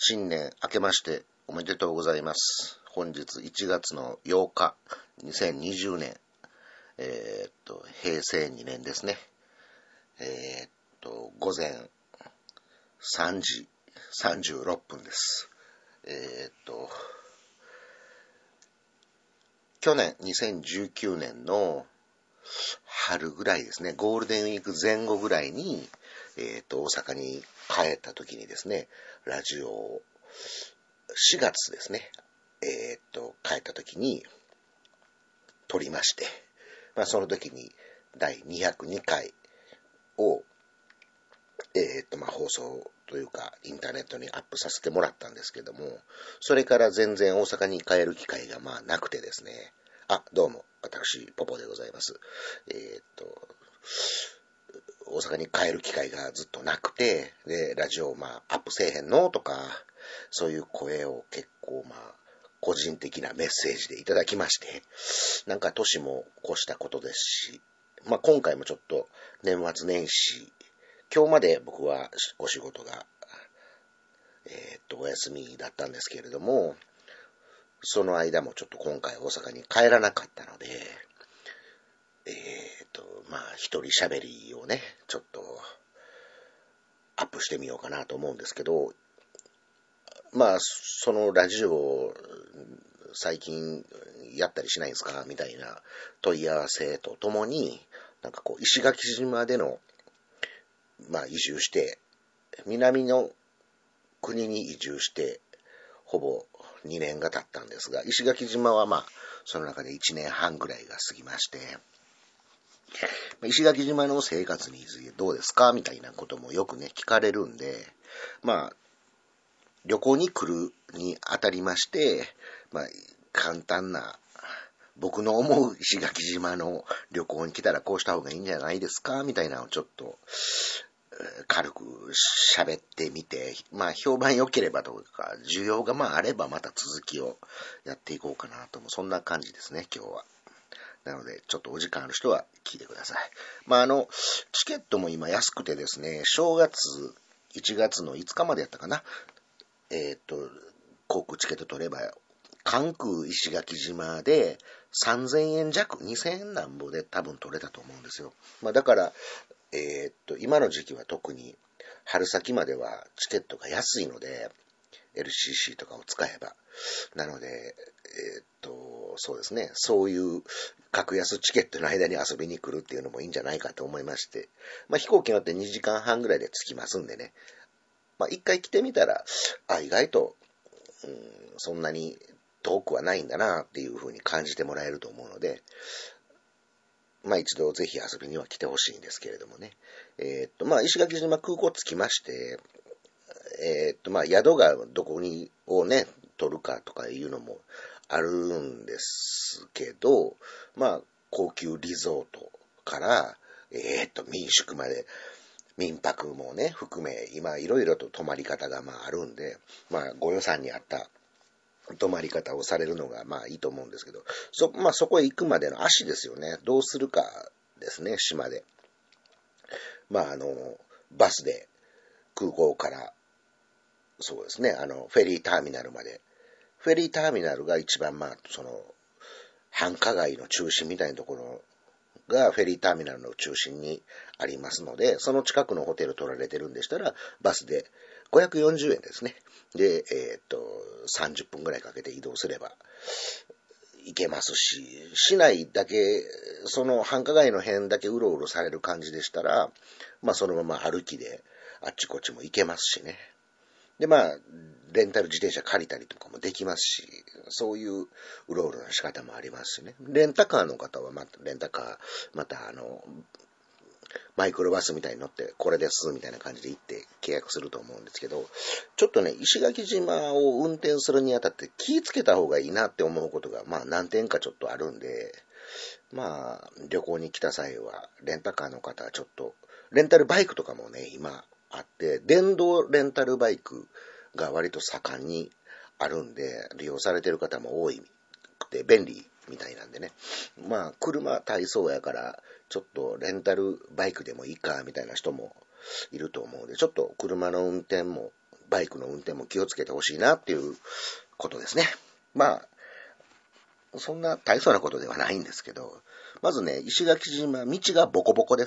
新年明けましておめでとうございます。本日1月の8日、2020年、平成2年ですね。午前3時36分です。去年2019年の春ぐらいですね、ゴールデンウィーク前後ぐらいに、大阪に帰った時にですね、ラジオを4月ですね、帰った時に撮りまして、その時に第202回を、放送というかインターネットにアップさせてもらったんですけども、それから全然大阪に帰る機会がなくてですね、どうも、私、ポポでございます。大阪に帰る機会がずっとなくて、で、ラジオアップせえへんのとか、そういう声を結構個人的なメッセージでいただきまして、なんか年も越したことですし、今回もちょっと年末年始、今日まで僕はお仕事が、お休みだったんですけれども、その間もちょっと今回大阪に帰らなかったので、一人喋りをね、ちょっとアップしてみようかなと思うんですけど、そのラジオ最近やったりしないんですかみたいな問い合わせとともに、石垣島での、移住して、南の国に移住して、ほぼ2年が経ったんですが、石垣島はその中で1年半ぐらいが過ぎまして、石垣島の生活についてどうですかみたいなこともよくね、聞かれるんで、旅行に来るにあたりまして、簡単な、僕の思う石垣島の旅行に来たらこうした方がいいんじゃないですかみたいなのをちょっと、軽く喋ってみて、評判良ければとか、需要があればまた続きをやっていこうかなと、そんな感じですね、今日は。なので、ちょっとお時間ある人は聞いてください。チケットも今安くてですね、正月1月の5日までやったかな。航空チケット取れば、関空石垣島で3000円弱、2000円なんぼで多分取れたと思うんですよ。だから、今の時期は特に春先まではチケットが安いので、LCC とかを使えば。なので、そうですね、そういう格安チケットの間に遊びに来るっていうのもいいんじゃないかと思いまして、飛行機に乗って2時間半ぐらいで着きますんでね、一回来てみたら、意外と、そんなに遠くはないんだなっていう風に感じてもらえると思うので、一度ぜひ遊びには来てほしいんですけれどもね。石垣島空港着きまして、宿がどこをね、取るかとかいうのもあるんですけど、高級リゾートから、民宿まで、民泊もね、含め、今いろいろと泊まり方があるんで、ご予算に合った泊まり方をされるのがいいと思うんですけど、そこへ行くまでの足ですよね。どうするかですね、島で。バスで空港から、そうですね、フェリーターミナルまで。フェリーターミナルが一番繁華街の中心みたいなところがフェリーターミナルの中心にありますので、その近くのホテル取られてるんでしたら、バスで540円ですね。で、30分ぐらいかけて移動すれば行けますし、市内だけ、その繁華街の辺だけうろうろされる感じでしたら、そのまま歩きであっちこっちも行けますしね。で、レンタル自転車借りたりとかもできますし、そういううろうろの仕方もありますしね。レンタカーの方はレンタカー、マイクロバスみたいに乗って、これです、みたいな感じで行って契約すると思うんですけど、ちょっとね、石垣島を運転するにあたって気ぃつけた方がいいなって思うことが、何点かちょっとあるんで、旅行に来た際は、レンタカーの方はちょっと、レンタルバイクとかもね、今あって、電動レンタルバイクが割と盛んにあるんで、利用されてる方も多いくて便利みたいなんでね。車体操やから、ちょっとレンタルバイクでもいいか、みたいな人もいると思うんで、ちょっと車の運転もバイクの運転も気をつけてほしいなっていうことですね。まあ、そんな大層なことではないんですけど、まずね、石垣島、道がボコボコです。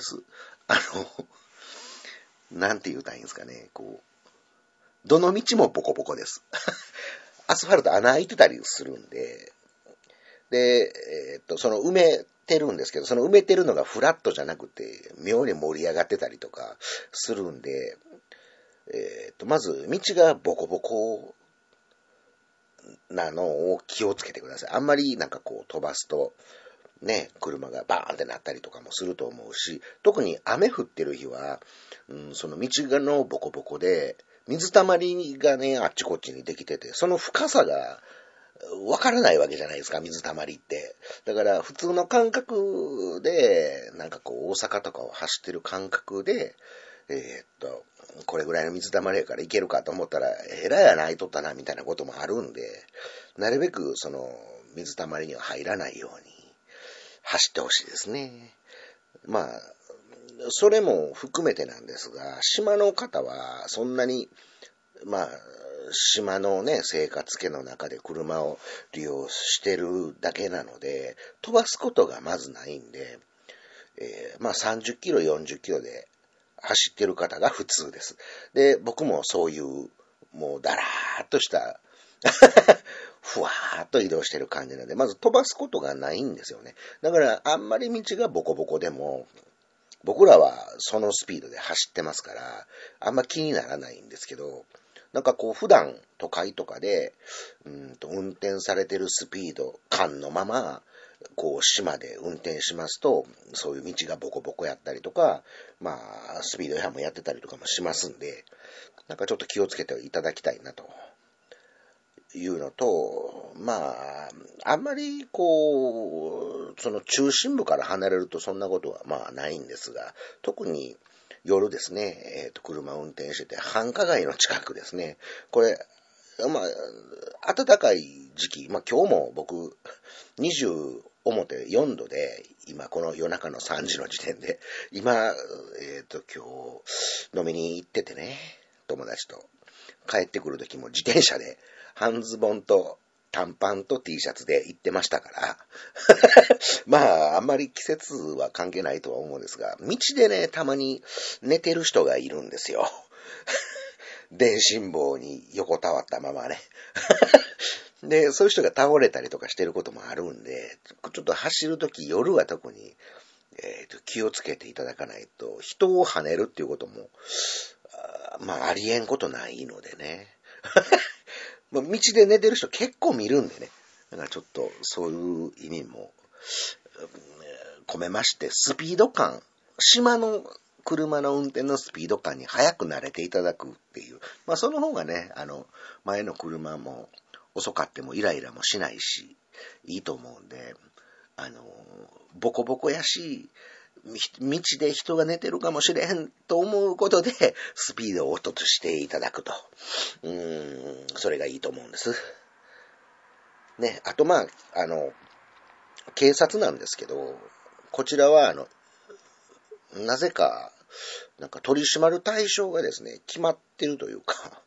なんて言うたらいいんですかね、こう、どの道もボコボコです。アスファルト穴開いてたりするんで、で、その埋めてるんですけど、その埋めてるのがフラットじゃなくて、妙に盛り上がってたりとかするんで、まず、道がボコボコなのを気をつけてください。あんまりなんかこう飛ばすと、ね、車がバーンってなったりとかもすると思うし、特に雨降ってる日は、その道のボコボコで、水たまりがね、あっちこっちにできてて、その深さがわからないわけじゃないですか、水たまりって。だから普通の感覚で、なんかこう大阪とかを走ってる感覚で、これぐらいの水たまりやからいけるかと思ったら、えらい穴開いとったな、みたいなこともあるんで、なるべくその水たまりには入らないように走ってほしいですね。まあ、それも含めてなんですが、島の方はそんなに、まあ、島のね、生活圏の中で車を利用してるだけなので、飛ばすことがまずないんで、まあ30キロ、40キロで走ってる方が普通です。で、僕もそういう、もうだらーっとしたふわーっと移動してる感じなので、まず飛ばすことがないんですよね。だから、あんまり道がボコボコでも、僕らはそのスピードで走ってますから、あんま気にならないんですけど、なんかこう普段都会とかで、運転されてるスピード感のまま、こう島で運転しますと、そういう道がボコボコやったりとか、まあ、スピード違反もやってたりとかもしますんで、なんかちょっと気をつけていただきたいなというのと、まあ、あんまりこう、その中心部から離れるとそんなことはまあないんですが、特に夜ですね、車を運転してて、繁華街の近くですね、これ、まあ、暖かい時期、まあ今日も僕、20表4度で、今この夜中の3時の時点で、今、今日飲みに行っててね、友達と。帰ってくる時も自転車で半ズボンと短パンと T シャツで行ってましたから、まあ、あんまり季節は関係ないとは思うんですが、道でね、たまに寝てる人がいるんですよ。電信棒に横たわったままね。で、そういう人が倒れたりとかしてることもあるんで、ちょっと走るとき夜は特に、気をつけていただかないと、人を跳ねるっていうことも、まあ、ありえんことないのでね。まあ、道で寝てる人結構見るんでね。だからちょっとそういう意味も、込めまして、スピード感、島の車の運転のスピード感に早く慣れていただくっていう。まあその方がね、前の車も遅かってもイライラもしないし、いいと思うんで、ボコボコやし、道で人が寝てるかもしれへんと思うことで、スピードを落としていただくと。それがいいと思うんです。ね、あとまあ、警察なんですけど、こちらはなぜか、なんか取り締まる対象がですね、決まってるというか、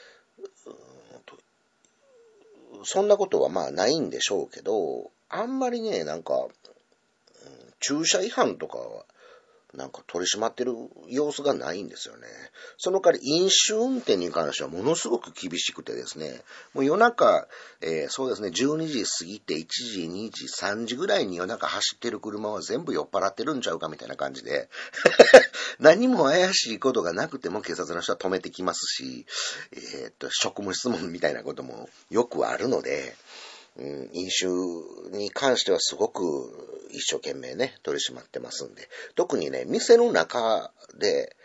そんなことはまあないんでしょうけど、あんまりね、なんか、駐車違反とかはなんか取り締まってる様子がないんですよね。その代わり飲酒運転に関してはものすごく厳しくてですね、もう夜中、そうですね、12時過ぎて1時、2時、3時ぐらいに夜中走ってる車は全部酔っ払ってるんちゃうかみたいな感じで、何も怪しいことがなくても警察の人は止めてきますし、職務質問みたいなこともよくあるので、飲酒に関してはすごく一生懸命ね、取り締まってますんで。特にね、店の中で、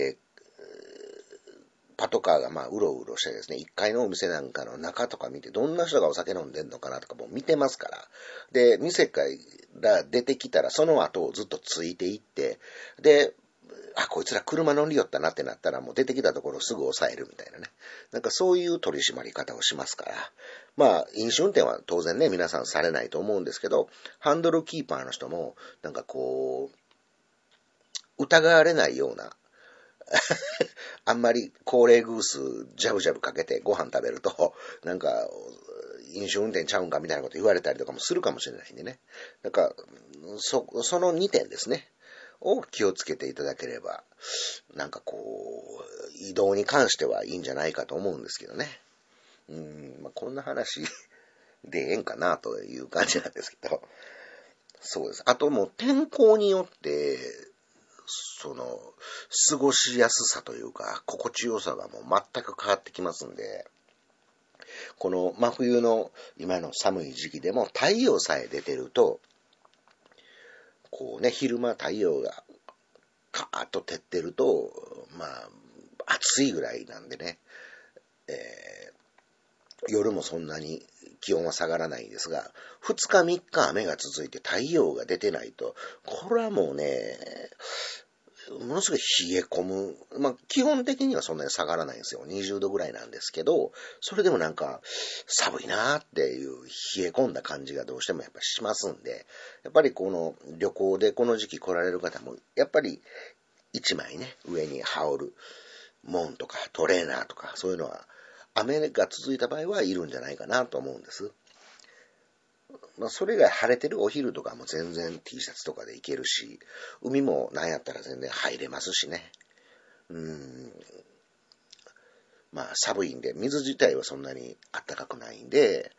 パトカーがまあ、うろうろしてですね、1階のお店なんかの中とか見て、どんな人がお酒飲んでんのかなとかも見てますから。で、店から出てきたら、その後をずっとついていって、で、こいつら車乗りよったなってなったら、もう出てきたところをすぐ抑えるみたいなね。なんかそういう取り締まり方をしますから。まあ、飲酒運転は当然ね、皆さんされないと思うんですけど、ハンドルキーパーの人も、なんかこう、疑われないような、 あんまり高齢グースジャブジャブかけてご飯食べると、なんか、飲酒運転ちゃうんかみたいなこと言われたりとかもするかもしれないんでね。だから、その2点ですね。を気をつけていただければ、なんかこう、移動に関してはいいんじゃないかと思うんですけどね。こんな話でええんかなという感じなんですけど。そうです。あともう天候によって、過ごしやすさというか、心地よさがもう全く変わってきますんで、この真冬の今の寒い時期でも太陽さえ出てると、こうね、昼間太陽がカーッと照ってると、暑いぐらいなんでね、夜もそんなに気温は下がらないんですが、2日3日雨が続いて太陽が出てないと、これはもうね、ものすごい冷え込む。基本的にはそんなに下がらないんですよ。20度ぐらいなんですけど、それでもなんか寒いなーっていう冷え込んだ感じがどうしてもやっぱしますんで、やっぱりこの旅行でこの時期来られる方も、やっぱり1枚ね、上に羽織るもんとかトレーナーとかそういうのは雨が続いた場合はいるんじゃないかなと思うんです。それが晴れてるお昼とかも全然 T シャツとかでいけるし、海もなんやったら全然入れますしね。寒いんで、水自体はそんなに暖かくないんで、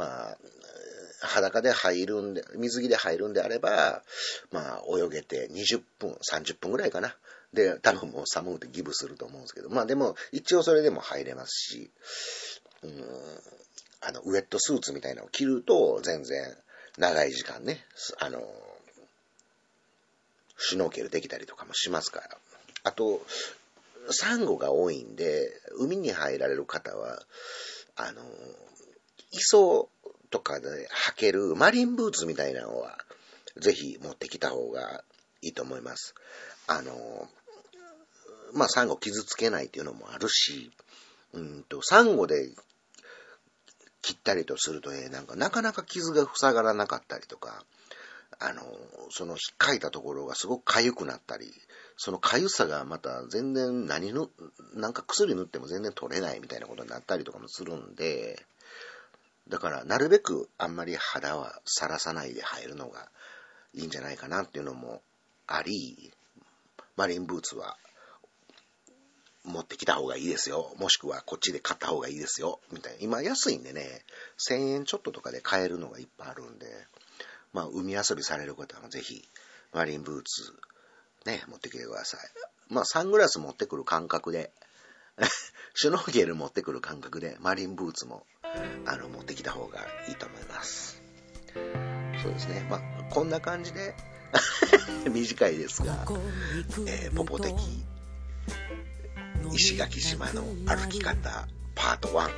裸で入るんで、水着で入るんであれば、泳げて20分、30分ぐらいかな。で、多分もう寒くてギブすると思うんですけど、でも、一応それでも入れますし、ウェットスーツみたいなのを着ると、全然長い時間ね、シュノーケルできたりとかもしますから。あと、サンゴが多いんで、海に入られる方は、磯とかで履けるマリンブーツみたいなのは、ぜひ持ってきた方がいいと思います。サンゴ傷つけないっていうのもあるし、サンゴで切ったりとするとね、なかなか傷が塞がらなかったりとか、その引っかいたところがすごく痒くなったり、その痒さがまた全然なんか薬塗っても全然取れないみたいなことになったりとかもするんで、だからなるべくあんまり肌はさらさないで入るのがいいんじゃないかなっていうのもあり、マリンブーツは持ってきた方がいいですよ。もしくはこっちで買った方がいいですよ。みたいな。今安いんでね、1000円ちょっととかで買えるのがいっぱいあるんで、海遊びされる方はぜひ、マリンブーツ、ね、持ってきてください。サングラス持ってくる感覚で、シュノーケル持ってくる感覚で、マリンブーツも、持ってきた方がいいと思います。そうですね。こんな感じで、短いですが、ポポ的、石垣島の歩き方、パート1、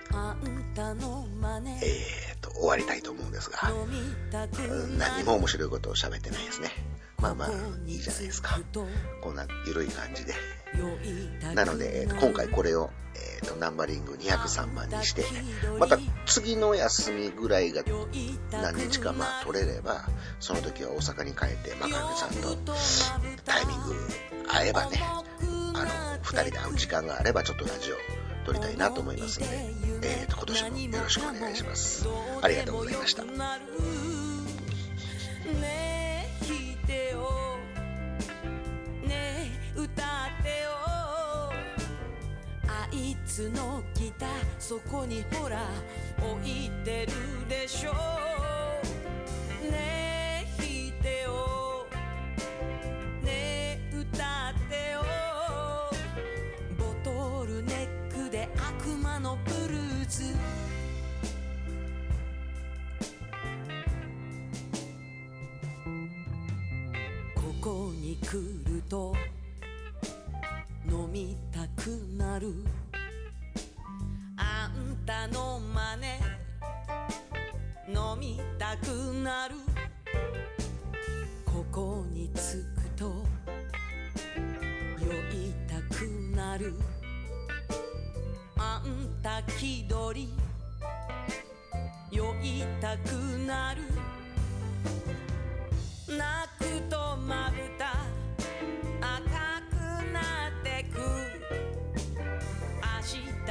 終わりたいと思うんですが、何も面白いことを喋ってないですね。いいじゃないですか。こんな緩い感じで。なので、今回これを、ナンバリング203番にして、また次の休みぐらいが何日か取れれば、その時は大阪に帰って、マカロニさんとタイミング合えばね、二人で会う時間があればちょっとラジオ撮りたいなと思いますので、今年もよろしくお願いします。ありがとうございました。 あいつのギターそこにほら置いてるでしょねえ弾いてよねえ歌ってよボトルネックで悪魔のブルーズここに来ると飲みたくなるあんたの真似飲みたくなるここに着くと酔いたくなるあんた気取り酔いたくなる泣くとまぶた赤くなって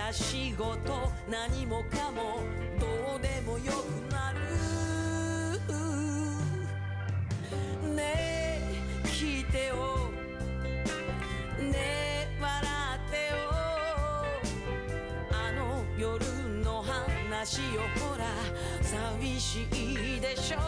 や仕事何もかもどうでもよくなる。ねえ聞いてよ、ねえ笑ってよ、あの夜の話よ、ほら寂しいでしょ。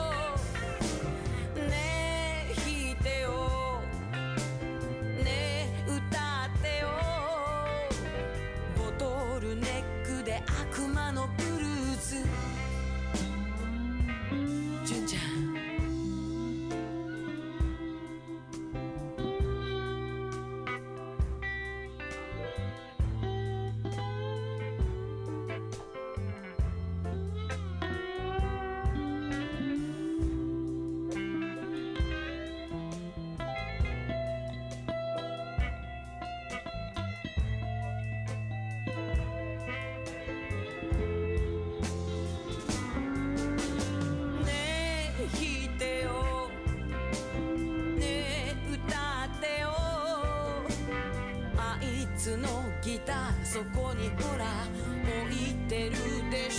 ねえ弾いてよ、ねえ歌ってよ、ボトルネックで悪魔のブルーズ。純ちゃんギターそこにほら置いてるでしょ。